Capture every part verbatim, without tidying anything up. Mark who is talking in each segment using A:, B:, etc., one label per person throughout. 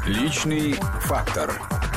A: Личный фактор.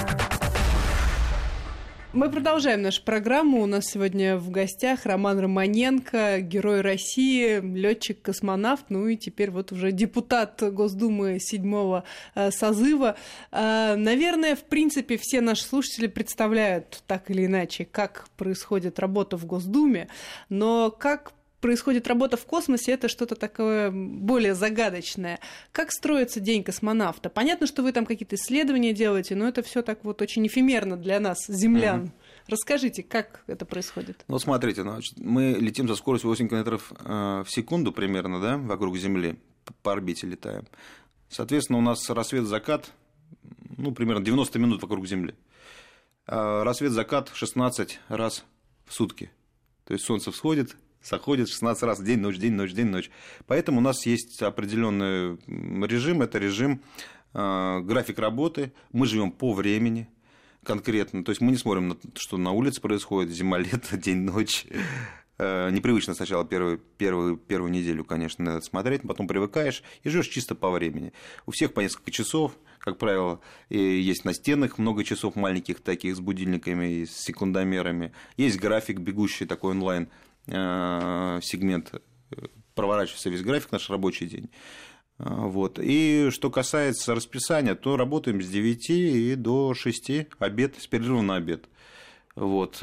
B: Мы продолжаем нашу программу. У нас сегодня в гостях Роман Романенко, герой России, летчик-космонавт, ну и теперь вот уже депутат Госдумы седьмого созыва. Наверное, в принципе, все наши слушатели представляют так или иначе, как происходит работа в Госдуме, но как происходит работа в космосе, это что-то такое более загадочное. Как строится день космонавта? Понятно, что вы там какие-то исследования делаете, но это все так вот очень эфемерно для нас, землян. Mm-hmm. Расскажите, как это происходит?
C: Ну, смотрите, значит, мы летим со скоростью восемь километров в секунду примерно, да, вокруг Земли, по орбите летаем. Соответственно, у нас рассвет-закат, ну, примерно девяносто минут вокруг Земли. А рассвет-закат шестнадцать раз в сутки. То есть Солнце всходит, заходит шестнадцать раз день, ночь, день, ночь, день, ночь. Поэтому у нас есть определенный режим, это режим, э, график работы, мы живем по времени конкретно, то есть мы не смотрим, на, что на улице происходит, зима, лето, день, ночь. Э, непривычно сначала первую, первую, первую неделю, конечно, надо смотреть, потом привыкаешь и живешь чисто по времени. У всех по несколько часов, как правило, есть на стенах много часов маленьких таких с будильниками и с секундомерами, есть график, бегущий такой онлайн, сегмент, проворачивается весь график, наш рабочий день. Вот. И что касается расписания, то работаем с девяти и до шести, обед, с перерывом на обед. Вот.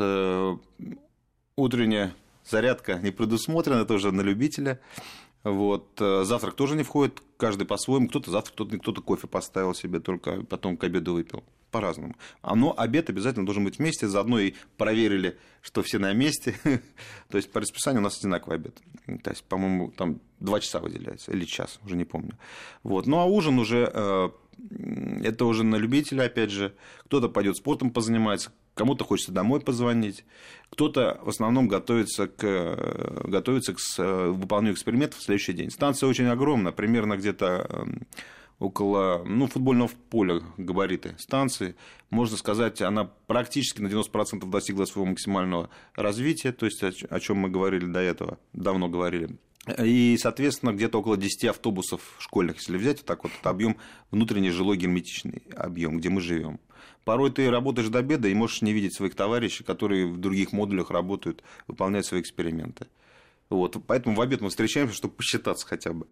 C: Утренняя зарядка не предусмотрена, тоже на любителя. Вот. Завтрак тоже не входит, каждый по-своему. Кто-то завтрак, кто-то, кто-то кофе поставил себе, только потом к обеду выпил. По-разному. Но обед обязательно должен быть вместе. Заодно и проверили, что все на месте. То есть по расписанию у нас одинаковый обед. То есть, по-моему, там два часа выделяется, или час, уже не помню. Вот. Ну а ужин уже э, это уже на любителя, опять же. Кто-то пойдет спортом позанимается, кому-то хочется домой позвонить, кто-то в основном готовится к, готовится к выполнению экспериментов в следующий день. Станция очень огромная, примерно где-то около, ну, футбольного поля габариты станции. Можно сказать, она практически на девяносто процентов достигла своего максимального развития, то есть о чем мы говорили до этого, давно говорили. И, соответственно, где-то около десяти автобусов школьных, если взять, вот так вот, это объем внутренний жилой герметичный объем, где мы живем. Порой ты работаешь до обеда и можешь не видеть своих товарищей, которые в других модулях работают, выполняют свои эксперименты. Вот. Поэтому в обед мы встречаемся, чтобы посчитаться хотя бы.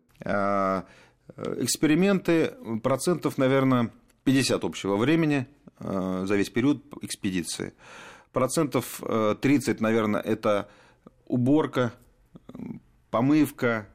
C: Эксперименты процентов, наверное, пятьдесят общего времени за весь период экспедиции. Процентов тридцать, наверное, это уборка, помывка,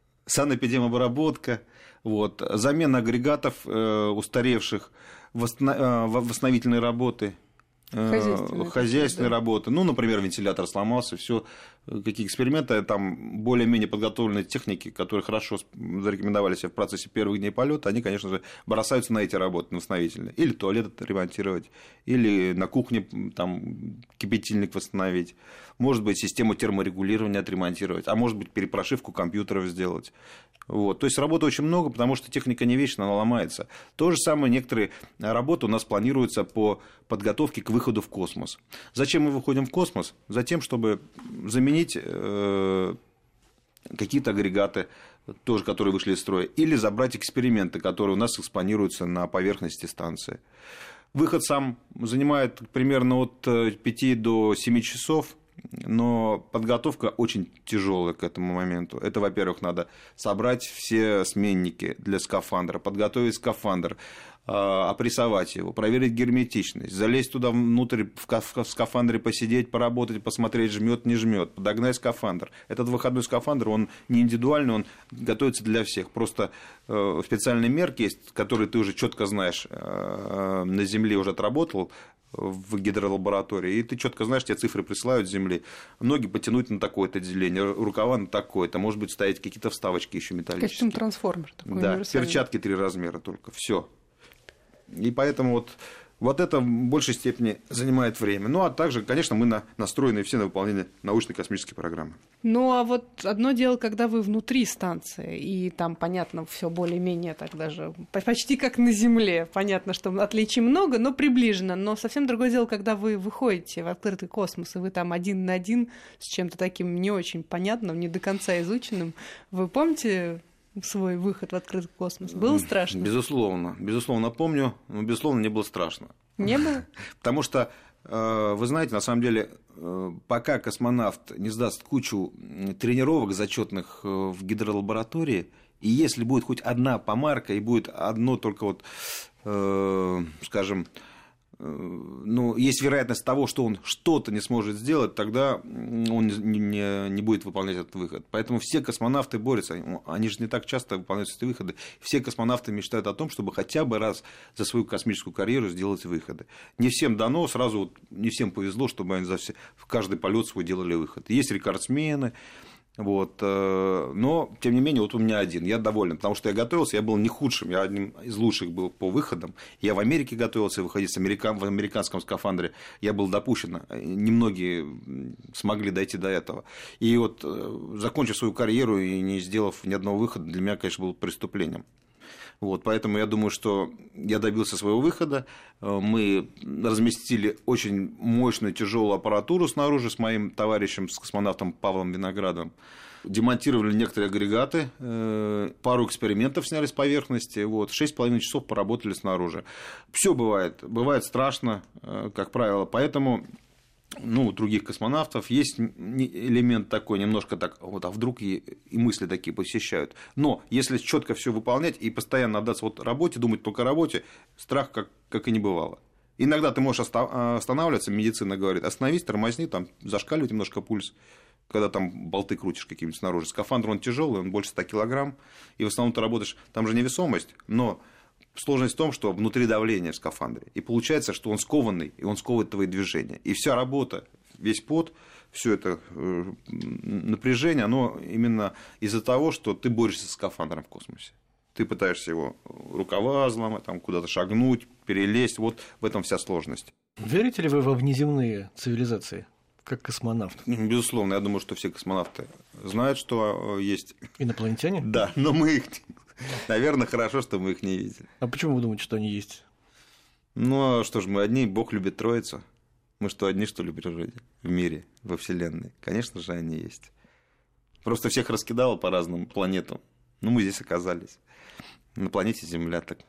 C: санэпидемобработка, вот, замена агрегатов устаревших, восстановительные работы, хозяйственные, хозяйственные да. работы. Ну, например, вентилятор сломался, все. Какие эксперименты, там более-менее подготовленные техники, которые хорошо зарекомендовали себя в процессе первых дней полета, они, конечно же, бросаются на эти работы, на восстановительные. Или туалет ремонтировать, или на кухне там, кипятильник восстановить. Может быть, систему терморегулирования отремонтировать, а может быть, перепрошивку компьютеров сделать. Вот. То есть работы очень много, потому что техника не вечна, она ломается. То же самое некоторые работы у нас планируются по подготовке к выходу в космос. Зачем мы выходим в космос? Затем, чтобы заменить э, какие-то агрегаты, тоже, которые вышли из строя, или забрать эксперименты, которые у нас экспонируются на поверхности станции. Выход сам занимает примерно от пяти до семи часов. Но подготовка очень тяжелая к этому моменту. Это, во-первых, надо собрать все сменники для скафандра, подготовить скафандр, опрессовать его, проверить герметичность, залезть туда внутрь в скафандре, посидеть, поработать, посмотреть, жмет, не жмет, подогнать скафандр. Этот выходной скафандр, он не индивидуальный, он готовится для всех. Просто специальные мерки есть, которые ты уже четко знаешь, на Земле уже отработал в гидролаборатории, и ты четко знаешь, тебе цифры присылают с Земли. Ноги потянуть на такое-то деление, рукава на такое-то, может быть, ставить какие-то вставочки еще металлические.
B: Костюм-трансформер такой.
C: Да, перчатки три размера только, все. И поэтому вот, вот это в большей степени занимает время. Ну, а также, конечно, мы на, настроены все на выполнение научно-космической программы.
B: Ну, а вот одно дело, когда вы внутри станции, и там, понятно, все более-менее так даже, почти как на Земле. Понятно, что отличий много, но приближено. Но совсем другое дело, когда вы выходите в открытый космос, и вы там один на один с чем-то таким не очень понятным, не до конца изученным. Вы помните свой выход в открытый космос? Было страшно?
C: Безусловно. Безусловно, помню, но, безусловно, не было страшно.
B: Не было?
C: Потому что, вы знаете, на самом деле, пока космонавт не сдаст кучу тренировок зачетных в гидролаборатории, и если будет хоть одна помарка, и будет одно только вот, скажем, ну, есть вероятность того, что он что-то не сможет сделать, тогда он не, не, не будет выполнять этот выход. Поэтому все космонавты борются. Они же не так часто выполняют эти выходы. Все космонавты мечтают о том, чтобы хотя бы раз за свою космическую карьеру сделать выходы. Не всем дано, сразу не всем повезло, чтобы они за все, в каждый полет свой делали выход. Есть рекордсмены. Вот, но, тем не менее, вот у меня один. Я доволен, потому что я готовился, я был не худшим, я одним из лучших был по выходам. Я в Америке готовился выходить с американ... в американском скафандре. Я был допущен, немногие смогли дойти до этого. И вот, закончив свою карьеру и не сделав ни одного выхода, для меня, конечно, было преступлением. Вот, поэтому я думаю, что я добился своего выхода. Мы разместили очень мощную тяжелую аппаратуру снаружи с моим товарищем, с космонавтом Павлом Виноградовым. Демонтировали некоторые агрегаты, пару экспериментов сняли с поверхности, вот, шесть с половиной часов поработали снаружи. Все бывает, бывает страшно, как правило, поэтому... Ну, у других космонавтов есть элемент такой, немножко так, вот, а вдруг и, и мысли такие посещают. Но если четко все выполнять и постоянно отдаться вот работе, думать только о работе, страх как, как и не бывало. Иногда ты можешь останавливаться, медицина говорит, остановись, тормозни, там, зашкаливать немножко пульс, когда там болты крутишь какие-нибудь снаружи. Скафандр, он тяжелый, он больше ста килограмм, и в основном ты работаешь, там же невесомость, но... Сложность в том, что внутри давление в скафандре. И получается, что он скованный, и он сковывает твои движения. И вся работа, весь пот, все это напряжение, оно именно из-за того, что ты борешься с скафандром в космосе. Ты пытаешься его рукава взломать, там, куда-то шагнуть, перелезть. Вот в этом вся сложность.
D: Верите ли вы во внеземные цивилизации, как космонавт?
C: Безусловно, я думаю, что все космонавты знают, что есть...
D: Инопланетяне?
C: Да, но мы их... Наверное, хорошо, что мы их не видели.
D: А почему вы думаете, что они есть?
C: Ну, а что ж, мы одни, Бог любит троицу. Мы что, одни, что ли, в природе, в мире, во Вселенной? Конечно же, они есть. Просто всех раскидало по разным планетам. Ну, мы здесь оказались. На планете Земля так.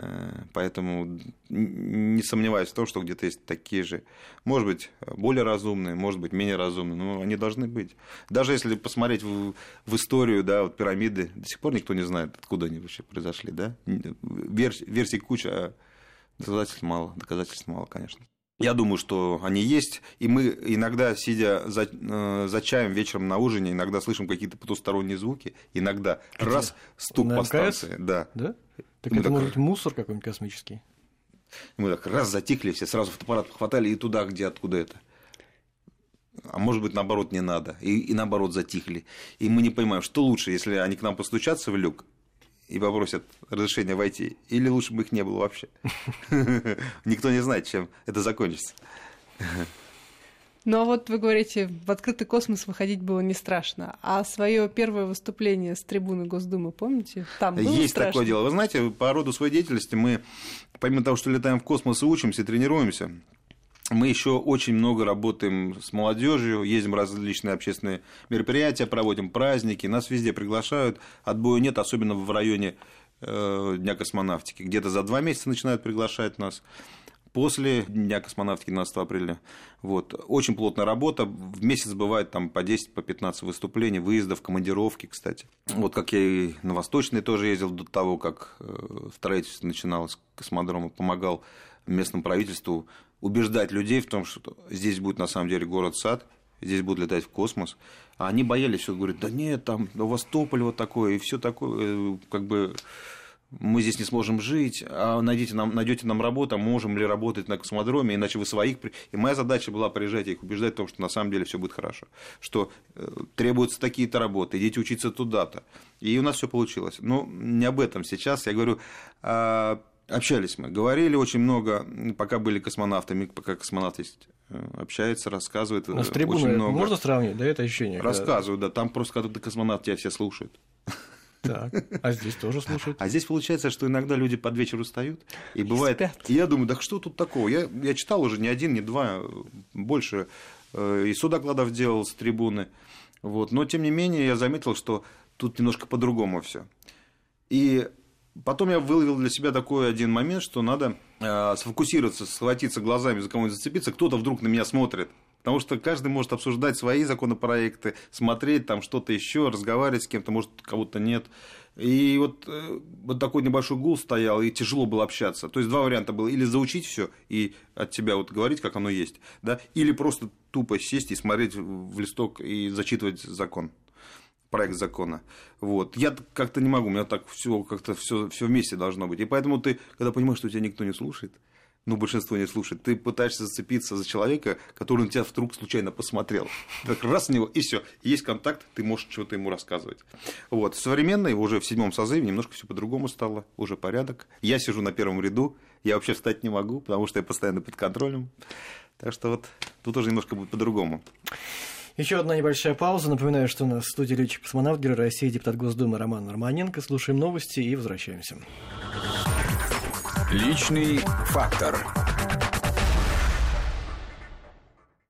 C: Поэтому не сомневаюсь в том, что где-то есть такие же, может быть, более разумные, может быть, менее разумные, но они должны быть. Даже если посмотреть в, в историю, да, вот пирамиды, до сих пор никто не знает, откуда они вообще произошли, да? Верс, версий куча, а доказательств мало, доказательств мало, конечно. Я думаю, что они есть, и мы иногда, сидя за, за чаем вечером на ужине, иногда слышим какие-то потусторонние звуки, иногда где? Раз стук на по станции. Да.
D: Да? Так мы это так... может быть мусор какой-нибудь космический?
C: Мы так раз затихли, все сразу фотоаппарат похватали и туда, где, откуда это. А может быть, наоборот, не надо. И, и наоборот, затихли. И мы не понимаем, что лучше, если они к нам постучатся в люк и попросят разрешения войти, или лучше бы их не было вообще. Никто не знает, чем это закончится.
B: Ну, а вот вы говорите, в открытый космос выходить было не страшно. А свое первое выступление с трибуны Госдумы, помните? Там было
C: Есть
B: страшно?
C: Такое дело. Вы знаете, по роду своей деятельности мы, помимо того, что летаем в космос и учимся, и тренируемся, мы еще очень много работаем с молодежью, ездим в различные общественные мероприятия, проводим праздники, нас везде приглашают, отбоя нет, особенно в районе Дня космонавтики. Где-то за два месяца начинают приглашать нас. После Дня космонавтики двенадцатого апреля. Вот. Очень плотная работа. В месяц бывает там, по десять, по пятнадцать выступлений, выездов, командировки, кстати. Вот как я и на Восточный тоже ездил до того, как строительство начиналось космодрома, помогал местному правительству убеждать людей в том, что здесь будет на самом деле город-сад, здесь будут летать в космос. А они боялись, все говорят, да нет, там у вас тополь вот такое, и все такое, как бы... Мы здесь не сможем жить, а найдите нам, найдете нам работу, а можем ли работать на космодроме, иначе вы своих... И моя задача была приезжать и их убеждать в том, что на самом деле все будет хорошо, что требуются такие-то работы, идите учиться туда-то. И у нас все получилось. Но не об этом сейчас. Я говорю, общались мы, говорили очень много, пока были космонавтами, пока космонавт есть, общается, рассказывает.
D: А с трибуной много. Можно сравнить, да, это ощущение?
C: Рассказывают, когда... да, там просто когда ты космонавт, тебя все слушают.
D: Так, а здесь тоже слушают?
C: А здесь получается, что иногда люди под вечер устают, и бывает... И я думаю, да что тут такого? Я, я читал уже не один, не два, больше, и судокладов делал с трибуны, вот. Но, тем не менее, я заметил, что тут немножко по-другому все. И потом я выловил для себя такой один момент, что надо э, сфокусироваться, схватиться глазами, за кого-нибудь зацепиться. Кто-то вдруг на меня смотрит. Потому что каждый может обсуждать свои законопроекты, смотреть там что-то еще, разговаривать с кем-то, может, кого-то нет. И вот, вот такой небольшой гул стоял, и тяжело было общаться. То есть два варианта было: или заучить все и от тебя вот говорить, как оно есть, да, или просто тупо сесть и смотреть в листок и зачитывать закон, проект закона. Вот. Я как-то не могу, у меня так все как-то все вместе должно быть. И поэтому ты, когда понимаешь, что тебя никто не слушает, ну, большинство не слушает, ты пытаешься зацепиться за человека, который на тебя вдруг случайно посмотрел. Так раз на него, и все, есть контакт, ты можешь что-то ему рассказывать. Вот. Современный, уже в седьмом созыве, немножко все по-другому стало, уже порядок. Я сижу на первом ряду, я вообще встать не могу, потому что я постоянно под контролем. Так что вот тут уже немножко будет по-другому.
D: Еще одна небольшая пауза. Напоминаю, что у нас в студии летчик-космонавт, Герой России, депутат Госдумы Роман Романенко. Слушаем новости и возвращаемся.
A: Личный фактор.